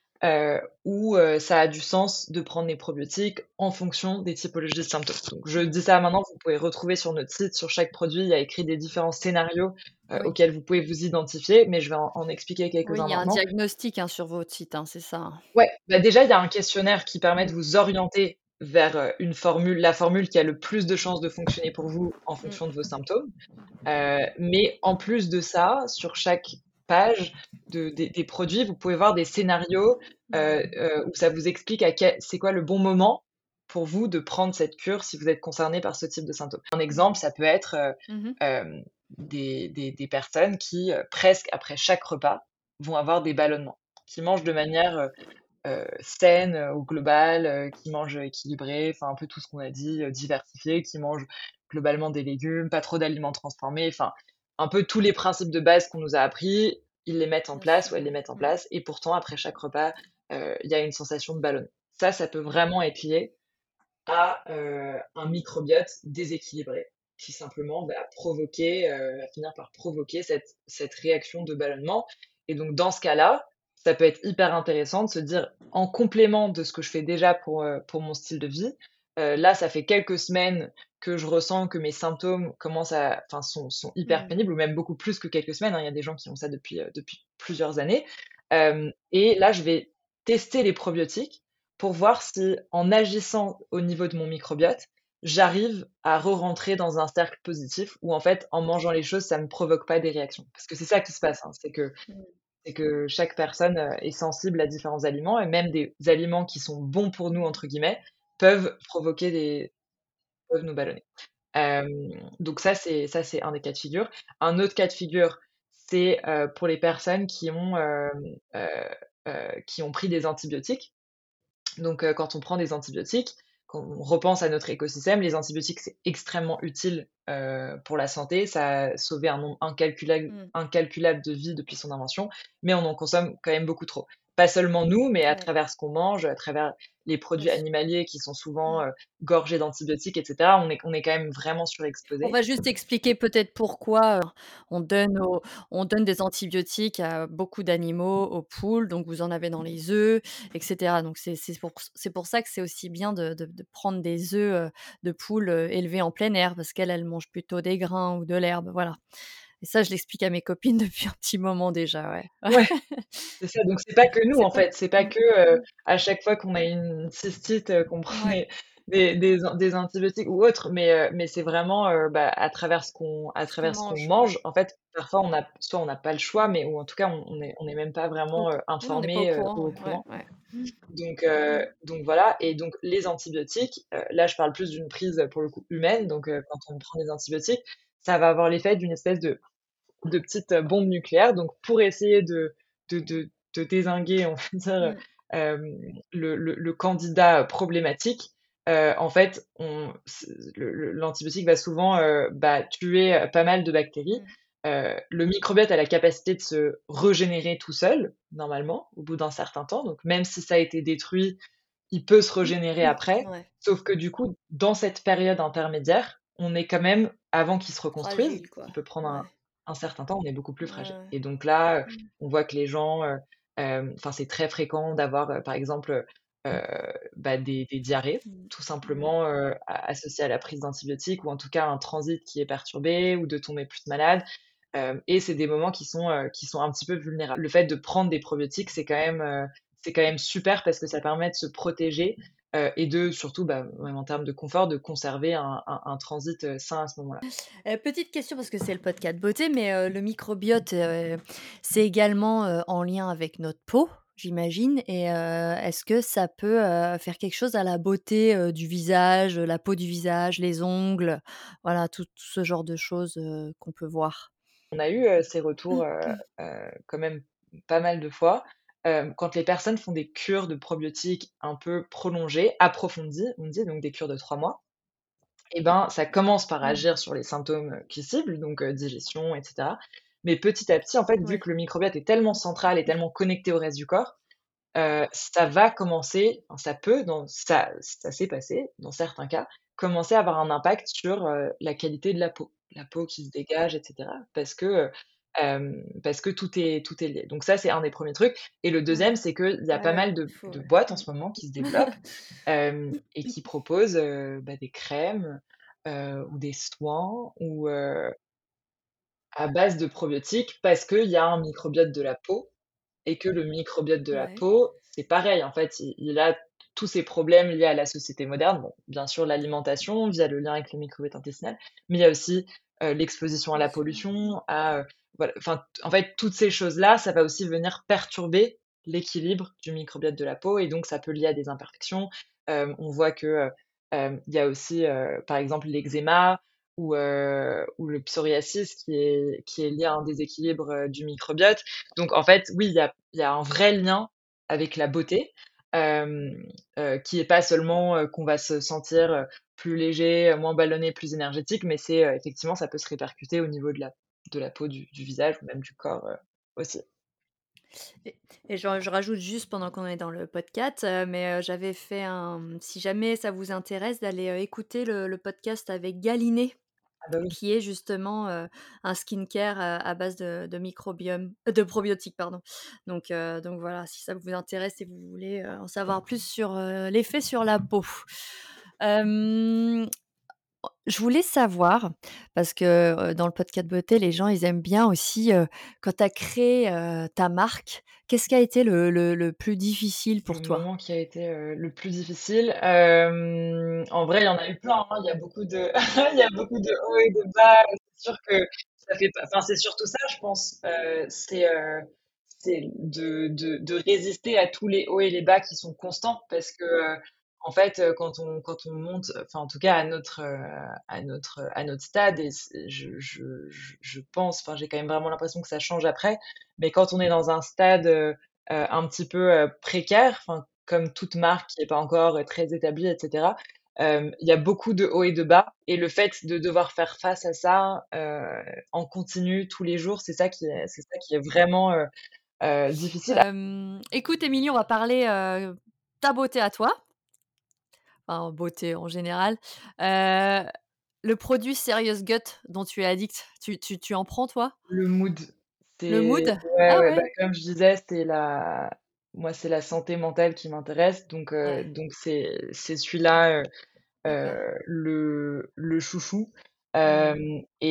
où, ça a du sens de prendre des probiotiques en fonction des typologies de symptômes. Donc je dis ça maintenant, vous pouvez retrouver sur notre site, sur chaque produit, il y a écrit des différents scénarios, Oui. auxquels vous pouvez vous identifier, mais je vais en expliquer Oui, il quelques-uns y a un maintenant. diagnostic, hein, sur votre site, hein, c'est ça, hein? Ouais, bah, déjà, il y a un questionnaire qui permet Mmh. de vous orienter vers, la formule qui a le plus de chances de fonctionner pour vous en Mmh. fonction de vos symptômes. Mais en plus de ça, sur chaque page des produits, vous pouvez voir des scénarios, Mmh. où ça vous explique c'est quoi le bon moment pour vous de prendre cette cure si vous êtes concerné par ce type de symptômes. Un exemple, ça peut être, Mmh mh. des personnes qui, presque après chaque repas, vont avoir des ballonnements, qui mangent de manière, saine, au global, qui mangent équilibré, enfin un peu tout ce qu'on a dit, diversifié, qui mangent globalement des légumes, pas trop d'aliments transformés, enfin un peu tous les principes de base qu'on nous a appris, ils les mettent en Bien place sûr. ou elles les mettent en Mmh. place et pourtant après chaque repas, il y a une sensation de ballonnement. Ça peut vraiment être lié à, un microbiote déséquilibré qui simplement va finir par provoquer cette réaction de ballonnement et donc dans ce cas-là, ça peut être hyper intéressant de se dire en complément de ce que je fais déjà pour mon style de vie, là, ça fait quelques semaines que je ressens que mes symptômes commencent à enfin sont hyper Mmh. pénibles ou même beaucoup plus que quelques semaines, hein. Il y a des gens qui ont ça depuis plusieurs années, et là, je vais tester les probiotiques pour voir si, en agissant au niveau de mon microbiote, j'arrive à re-rentrer dans un cercle positif où, en fait, en mangeant les choses, ça me provoque pas des réactions. Parce que c'est ça qui se passe, hein, Mmh. c'est que chaque personne, est sensible à différents aliments et même des aliments qui sont «bons pour nous» entre guillemets, peuvent provoquer des peuvent nous ballonner. Hem, donc ça c'est un des cas de figure. Un autre cas de figure, c'est, pour les personnes qui ont pris des antibiotiques. Donc, quand on prend des antibiotiques, quand on repense à notre écosystème, les antibiotiques, c'est extrêmement utile, pour la santé. Ça a sauvé un nombre Mmh. incalculable de vies depuis son invention, mais on en consomme quand même beaucoup trop. Pas seulement nous, mais à Ouais, travers ce qu'on mange, à travers les bien produits sûr. animaliers qui sont souvent, Mmh. gorgés d'antibiotiques et cetera. On est quand même vraiment On surexposés. va juste expliquer peut-être pourquoi, on donne aux on donne des antibiotiques à beaucoup d'animaux, aux poules, donc vous en avez dans les œufs et cetera. Donc c'est pour ça que c'est aussi bien de prendre des œufs, de poules, élevées en plein air parce qu'elles mangent plutôt des grains ou de l'herbe, voilà. Et ça, je l'explique à mes copines depuis un petit moment déjà, ouais. Ouais. C'est ça, donc c'est pas que nous, C'est en pas fait. C'est pas mmh, que, à chaque fois qu'on a une cystite, qu'on prend ouais, des antibiotiques ou autre, mais c'est vraiment, bah, à ce qu'on travers ce qu'on mange, ouais. mange. En fait, parfois, on n'a pas le choix, mais ou en tout cas, on est même pas Au vraiment, cou Oui, on n'est pas au informé, ou courant, au ouais, ouais, courant. ouais. Mmh. Mmh. Donc voilà et donc les antibiotiques, là, je parle plus d'une prise, pour le coup humaine, donc quand on prend des antibiotiques, ça va avoir l'effet d'une espèce de petites bombes nucléaires. Donc, pour essayer de dézinguer, on va dire, Mmh. le candidat problématique, en fait, l'antibiotique va souvent bah, tuer pas mal de bactéries. Mmh. Le microbiote a la capacité de se régénérer tout seul, normalement, au bout d'un certain temps. Donc, même si ça a été détruit, il peut se régénérer après, Ouais, sauf que du coup, dans cette période intermédiaire, on est quand même avant qu'il se reconstruise, fragile quoi. qui peut prendre Ouais. un certain temps, on est beaucoup plus Ouais, fragile ouais. et donc là, Mmh. on voit que les gens, enfin, c'est très fréquent d'avoir, par exemple, bah, des diarrhées, Mmh. tout Mmh. simplement, associées à la prise d'antibiotiques ou en tout cas un transit qui est perturbé ou de tomber plus malade, et c'est des moments qui sont un petit peu vulnérables. Le fait de prendre des probiotiques, c'est quand même super parce que ça permet de se protéger, et de surtout, bah, même en termes de confort, de conserver un transit, sain à ce moment-là. Petite question parce que c'est le podcast beauté, mais le microbiote, c'est également, en lien avec notre peau, j'imagine et est-ce que ça peut, faire quelque chose à la beauté, du visage, la peau du visage, les ongles, voilà tout ce genre de choses, qu'on peut voir? On a eu, ces retours, quand même pas mal de fois, quand les personnes font des cures de probiotiques un peu prolongées, approfondies, on dit, donc des cures de 3 mois. Et ben, ça commence par Mmh. agir sur les symptômes, qui ciblent, donc digestion et cetera. Mais petit à petit, en fait, vu Ouais. que le microbiote est tellement central et tellement connecté au reste du corps, ça va commencer, enfin ça peut dans ça s'est passé dans certains cas, commencer à avoir un impact sur, la qualité de la peau qui se dégage et cetera. Parce que tout est lié. Donc ça, c'est un des premiers trucs et le Ouais. deuxième, c'est qu'il y a Ouais, pas ouais, mal il faut, de ouais. boîtes en Mmh. ce moment qui se développent, et qui proposent, bah, des crèmes, ou des soins ou, à base de probiotiques parce qu'il y a un microbiote de la peau et que le microbiote de la Ouais. peau, c'est pareil, en fait, il a tous ces problèmes liés à la société moderne. Bon, bien sûr, l'alimentation via le lien avec le microbiote intestinal, mais il y a aussi, l'exposition à Bien la sûr. pollution, voilà, enfin, en fait, toutes ces choses-là, ça va aussi venir perturber l'équilibre du microbiote de la peau et donc ça peut lier à des imperfections. On voit que, il y a aussi, par exemple, l'eczéma ou le psoriasis qui est lié à un déséquilibre, du microbiote. Donc en fait, oui, il y a un vrai lien avec la beauté, hem, qui est pas seulement, qu'on va se sentir, plus léger, moins ballonné, plus énergétique, mais c'est, effectivement, ça peut se répercuter au niveau de la peau du visage ou même du corps, aussi. Et je rajoute juste pendant qu'on est dans le podcast, mais j'avais fait si jamais ça vous intéresse d'aller, écouter le podcast avec Galiné, Ah bah oui. qui est justement, un skincare, à base de microbiome de probiotiques pardon. Donc voilà, si ça vous intéresse et vous voulez, en savoir plus sur, l'effet sur la peau. Hem Je voulais savoir, parce que, dans le podcast beauté, les gens, ils aiment bien aussi, quand tu as créé, ta marque, qu'est-ce qui a été le plus difficile Le pour toi? moment qui a été, le plus difficile, en vrai, il y en a eu plein, hein. Il y a beaucoup de il y a beaucoup de hauts et de bas. C'est sûr que ça fait pas enfin, c'est surtout ça, je pense, c'est de résister à tous les hauts et les bas qui sont constants parce que, en fait, quand on monte, enfin, en tout cas à notre stade et je pense, enfin, j'ai quand même vraiment l'impression que ça change après, mais quand on est dans un stade, un petit peu, précaire, enfin, comme toute marque qui est pas encore, très établie et cetera. Il y a beaucoup de hauts et de bas et le fait de devoir faire face à ça, en continu tous les jours, c'est ça qui est vraiment, difficile. Écoute Émilie, on va parler, ta beauté à toi, enfin beauté en général. Heu, le produit Serious Gut dont tu es addict, tu en prends toi? Le mood, Le c'est Mood? ouais, Ah ouais, bah, ouais? comme je disais, c'est la santé mentale qui m'intéresse Ouais, donc c'est celui-là, d'accord. le chouchou. Mmh.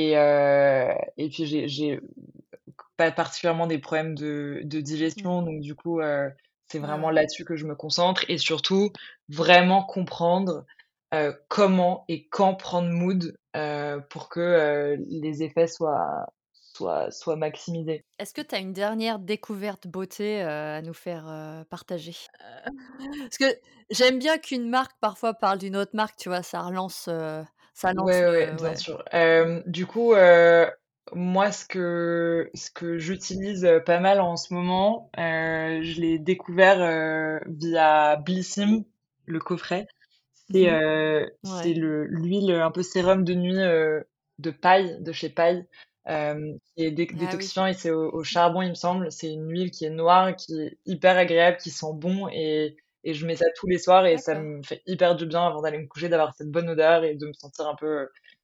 Et puis j'ai pas particulièrement des problèmes de Mmh. digestion, donc du coup, c'est Ouais, vraiment ouais. là-dessus que je me concentre et surtout vraiment comprendre, comment et quand prendre mood, pour que, les effets soient maximisés. Est-ce que tu as une dernière découverte beauté, à nous faire, partager? Parce que j'aime bien qu'une marque parfois parle d'une autre marque, tu vois? Ça lance Ouais, ouais, ouais, le bien ouais. sûr. Du coup, moi, ce que j'utilise, pas mal en ce moment, je l'ai découvert, via Blissim, le coffret. C'est, Mmh. c'est Ouais. l'huile, un peu sérum de nuit, de paille, de chez Paille, qui est Ah oui. détoxifiant et c'est au charbon, il me semble. C'est une huile qui est noire, qui est hyper agréable, qui sent bon et je mets ça tous les soirs et ça D'accord. me fait hyper du bien avant d'aller me coucher d'avoir cette bonne odeur et de me sentir un peu,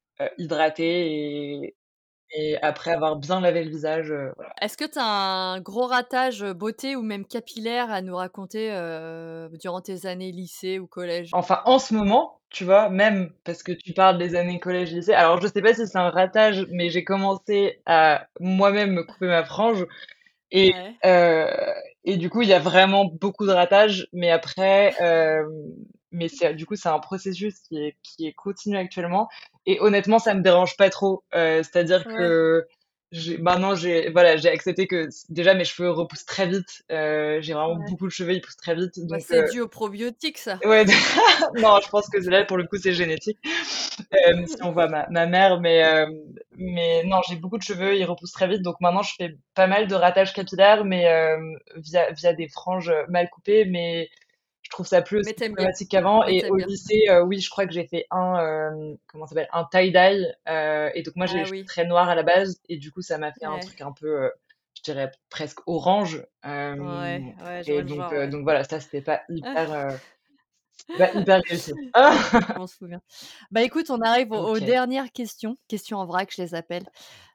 hydratée et après avoir bien lavé le visage, voilà. Est-ce que tu as un gros ratage, beauté ou même capillaire à nous raconter, durant tes années lycée ou collège? Enfin, en ce moment, tu vois, même parce que tu parles des années collège, lycée, alors je sais pas si c'est un ratage, mais j'ai commencé à moi-même me couper ma frange et Ouais. heu et du coup, il y a vraiment beaucoup de ratages, mais après, mais c'est du coup, c'est un processus qui est continu actuellement et honnêtement, ça me dérange pas trop. C'est-à-dire Ouais. que maintenant, j'ai accepté que déjà mes cheveux repoussent très vite, j'ai vraiment Ouais. beaucoup de cheveux, ils poussent très vite Bah, donc c'est dû aux probiotiques ça. ouais, non, je pense que là, pour le coup, c'est génétique. Si on voit ma mère, mais non, j'ai beaucoup de cheveux, ils repoussent très vite, donc maintenant je fais pas mal de rattages capillaires, mais via des franges mal coupées, mais je trouve ça plus Mais aussi tu bien. problématique qu'avant. Mais Et tu au bien. lycée, oui, je crois que j'ai fait comment ça s'appelle, un tie-dye, et donc moi j'ai les Ah cheveux oui. très noirs à la base, et du coup ça m'a fait un Ouais. truc un peu, je dirais presque orange, Ouais, ouais, je et vois le genre, ouais. donc voilà, ça Ah, c'était pas hyper réussi. je m'en souviens. Bah, écoute, on arrive aux OK. dernières questions, questions en vrac, je les appelle.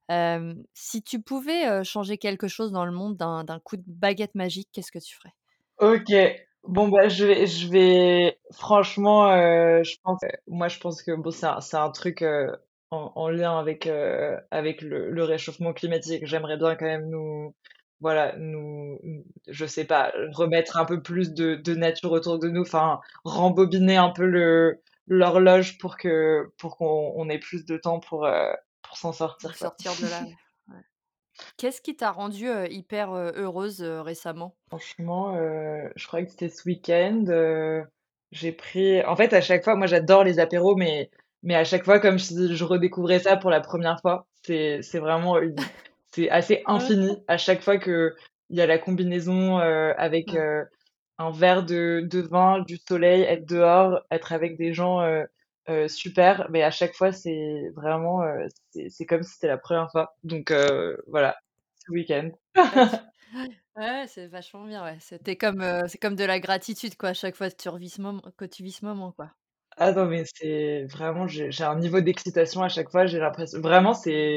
Si tu pouvais, changer quelque chose dans le monde d'un coup de baguette magique, qu'est-ce que tu ferais? OK. Bon, bah, je vais franchement, je pense que bon, c'est un truc, en lien avec le réchauffement climatique. J'aimerais bien quand même voilà, je sais pas, remettre un peu plus de nature autour de nous, enfin, rembobiner un peu l'horloge pour qu'on ait plus de temps pour s'en Pour sortir, quoi. sortir de là, ouais. Ouais. Qu'est-ce qui t'a rendue, hyper, heureuse, récemment? Franchement, je crois que c'était ce week-end, j'ai pris en fait, à chaque fois moi j'adore les apéros, mais à chaque fois comme si je redécouvrais ça pour la première fois. C'est vraiment c'est assez Ouais. infini. À chaque fois qu'il y a la combinaison, avec, Ouais. un verre de vin, du soleil, être dehors, être avec des gens, super, mais à chaque fois c'est vraiment, c'est comme si c'était la première fois. Donc voilà, ce week-end. Ouais, ouais, c'est vachement bien, ouais. C'est comme de la gratitude, quoi, à chaque fois que tu revis ce moment que tu vis ce moment, quoi. Ah non, mais c'est vraiment j'ai un niveau d'excitation à chaque fois, j'ai l'impression vraiment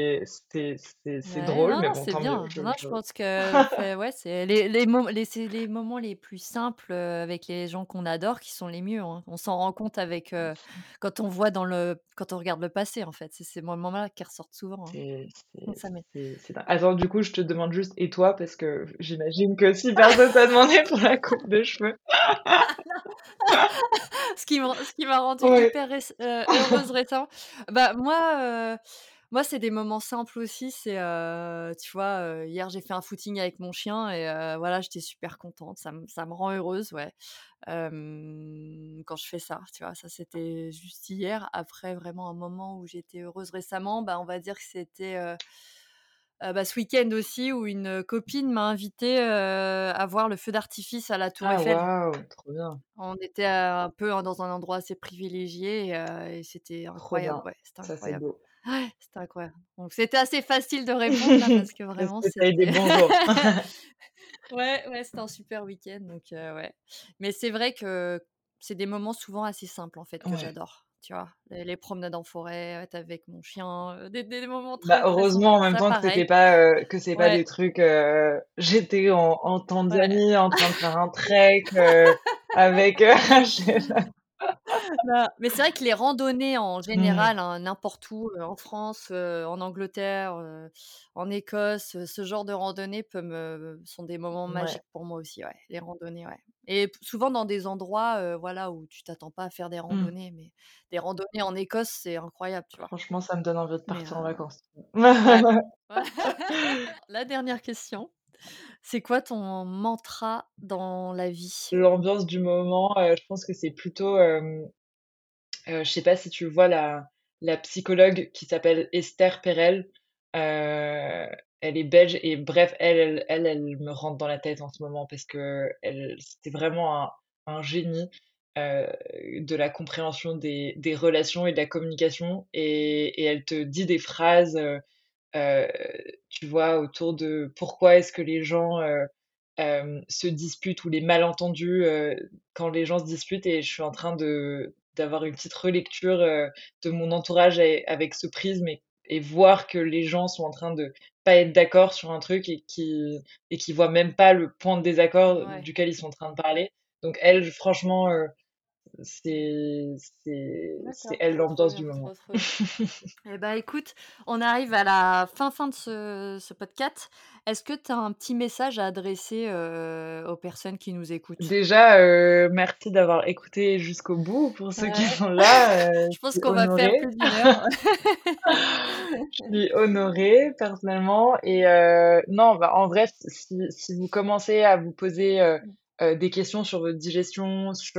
c'est Ouais, drôle, non, mais non, bon, c'est tant mieux. bien. Non, je pense que fait ouais, c'est les moments les plus simples, avec les gens qu'on adore qui sont les mieux, hein. On s'en rend compte avec, quand on regarde le passé, en fait. C'est ces moments-là qui ressortent souvent, hein. C'est Donc c'est ça m'é c'est dingue. Attends, du coup, je te demande juste et toi? Parce que j'imagine que si personne t'a demandé pour la coupe de cheveux. Ce qui m'a rendue Ouais. hyper heureuse récemment, bah, moi, c'est des moments simples aussi. C'est, tu vois, hier, j'ai fait un footing avec mon chien et voilà, j'étais super contente. Ça me rend heureuse, ouais, quand je fais ça, tu vois? Ça, c'était juste hier. Après, vraiment un moment où j'étais heureuse récemment, bah, on va dire que c'était, bah, ce week-end aussi où une copine m'a invitée, à voir le feu d'artifice à la Tour Ah Eiffel. waouh, trop bien, On était, un peu dans un endroit assez privilégié et c'était trop incroyable, bien. ouais, c'était Ça, c'est incroyable. beau. Ouais, c'était incroyable. Donc c'était assez facile de répondre là parce que Parce vraiment que tu as eu des c'était bons jours. ouais, ouais, c'était un super week-end donc ouais. Mais c'est vrai que c'est des moments souvent assez simples en fait que Ouais. j'adore, tu vois? Les promenades en forêt, être avec mon chien, des moments Bah, très, très simples heureusement en comme même ça, temps pareil. que c'est pas Ouais, des trucs, j'étais en ouais. Tanzanie en train de faire un trek, avec, je sais pas. Bah, mais c'est vrai que les randonnées en Mmh, général, hein, n'importe où, en France, en Angleterre, en Écosse, ce genre de randonnées sont des moments ouais. magiques pour moi aussi, ouais, les randonnées, ouais et souvent dans des endroits, voilà, où tu t'attends pas à faire des Mmh. randonnées, mais des randonnées en Écosse, c'est incroyable, tu vois? Franchement, ça me donne envie de Mais partir en vacances. ouais. Ouais. La dernière question, c'est quoi ton mantra dans la vie? L'ambiance du moment, je pense que c'est plutôt, je sais pas si tu vois la psychologue qui s'appelle Esther Perel, elle est belge et bref, elle me rentre dans la tête en ce moment parce qu'elle c'était vraiment un génie, heu, de la compréhension des relations et de la communication et elle te dit des phrases, heu, tu vois, autour de pourquoi est-ce que les gens, se disputent ou les malentendus quand les gens se disputent et je suis en train d'avoir une petite relecture de mon entourage avec ce prisme et voir que les gens sont en train de pas être d'accord sur un truc et qui voient même pas le point de désaccord Ouais. duquel ils sont en train de parler. Donc elle, franchement, c'est c'est D'accord, elle trop l'ambiance bien, du moment. trop bien. Eh ben, écoute, on arrive à la fin de ce podcast. Est-ce que tu as un petit message à adresser, aux personnes qui nous écoutent? Déjà, merci d'avoir écouté jusqu'au bout pour ceux qui Ouais, sont là, je je pense suis qu'on va faire honorée. plus d'une heure. Je suis honorée personnellement et non, bah, en vrai, si vous commencez à vous poser, des questions sur votre digestion, sur,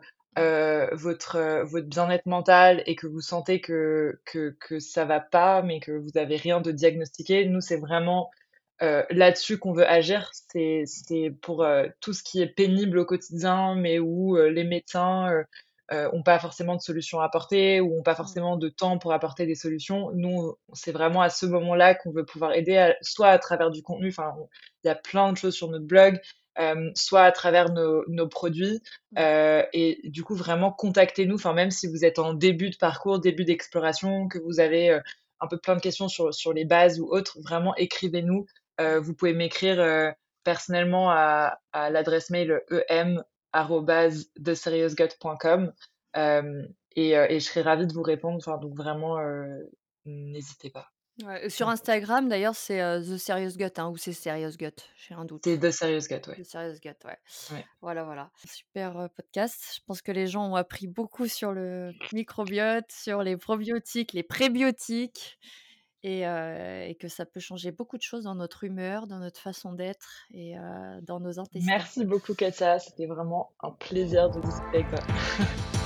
votre bien-être mental et que vous sentez que ça va pas, mais que vous avez rien de diagnostiqué, nous, c'est vraiment, là-dessus qu'on veut agir. C'est pour, tout ce qui est pénible au quotidien, mais où, les médecins, ont pas forcément de solutions à apporter ou ont pas Mmh. forcément de temps pour apporter des solutions. Nous, c'est vraiment à ce moment-là qu'on veut pouvoir aider soit à travers du contenu, enfin, il y a plein de choses sur notre blog, soit à travers nos produits. Mmh. Et du coup, vraiment, contactez-nous. Enfin, même si vous êtes en début de parcours, début d'exploration, que vous avez un peu plein de questions sur les bases ou autres, vraiment, écrivez-nous. Vous pouvez m'écrire personnellement à l'adresse mail em@theseriousgut.com. Et je serais ravie de vous répondre. Enfin, donc vraiment, n'hésitez pas. Ouais, sur Instagram d'ailleurs, c'est, The Serious Gut, hein, ou c'est Serious Gut? J'ai un C'est doute. The Serious Gut, ouais. The Serious Gut, ouais. Ouais. Voilà, voilà. Super, podcast. Je pense que les gens ont appris beaucoup sur le microbiote, sur les probiotiques, les prébiotiques et que ça peut changer beaucoup de choses dans notre humeur, dans notre façon d'être et dans nos intestins. Merci beaucoup, Katia. C'était vraiment un plaisir de discuter avec toi.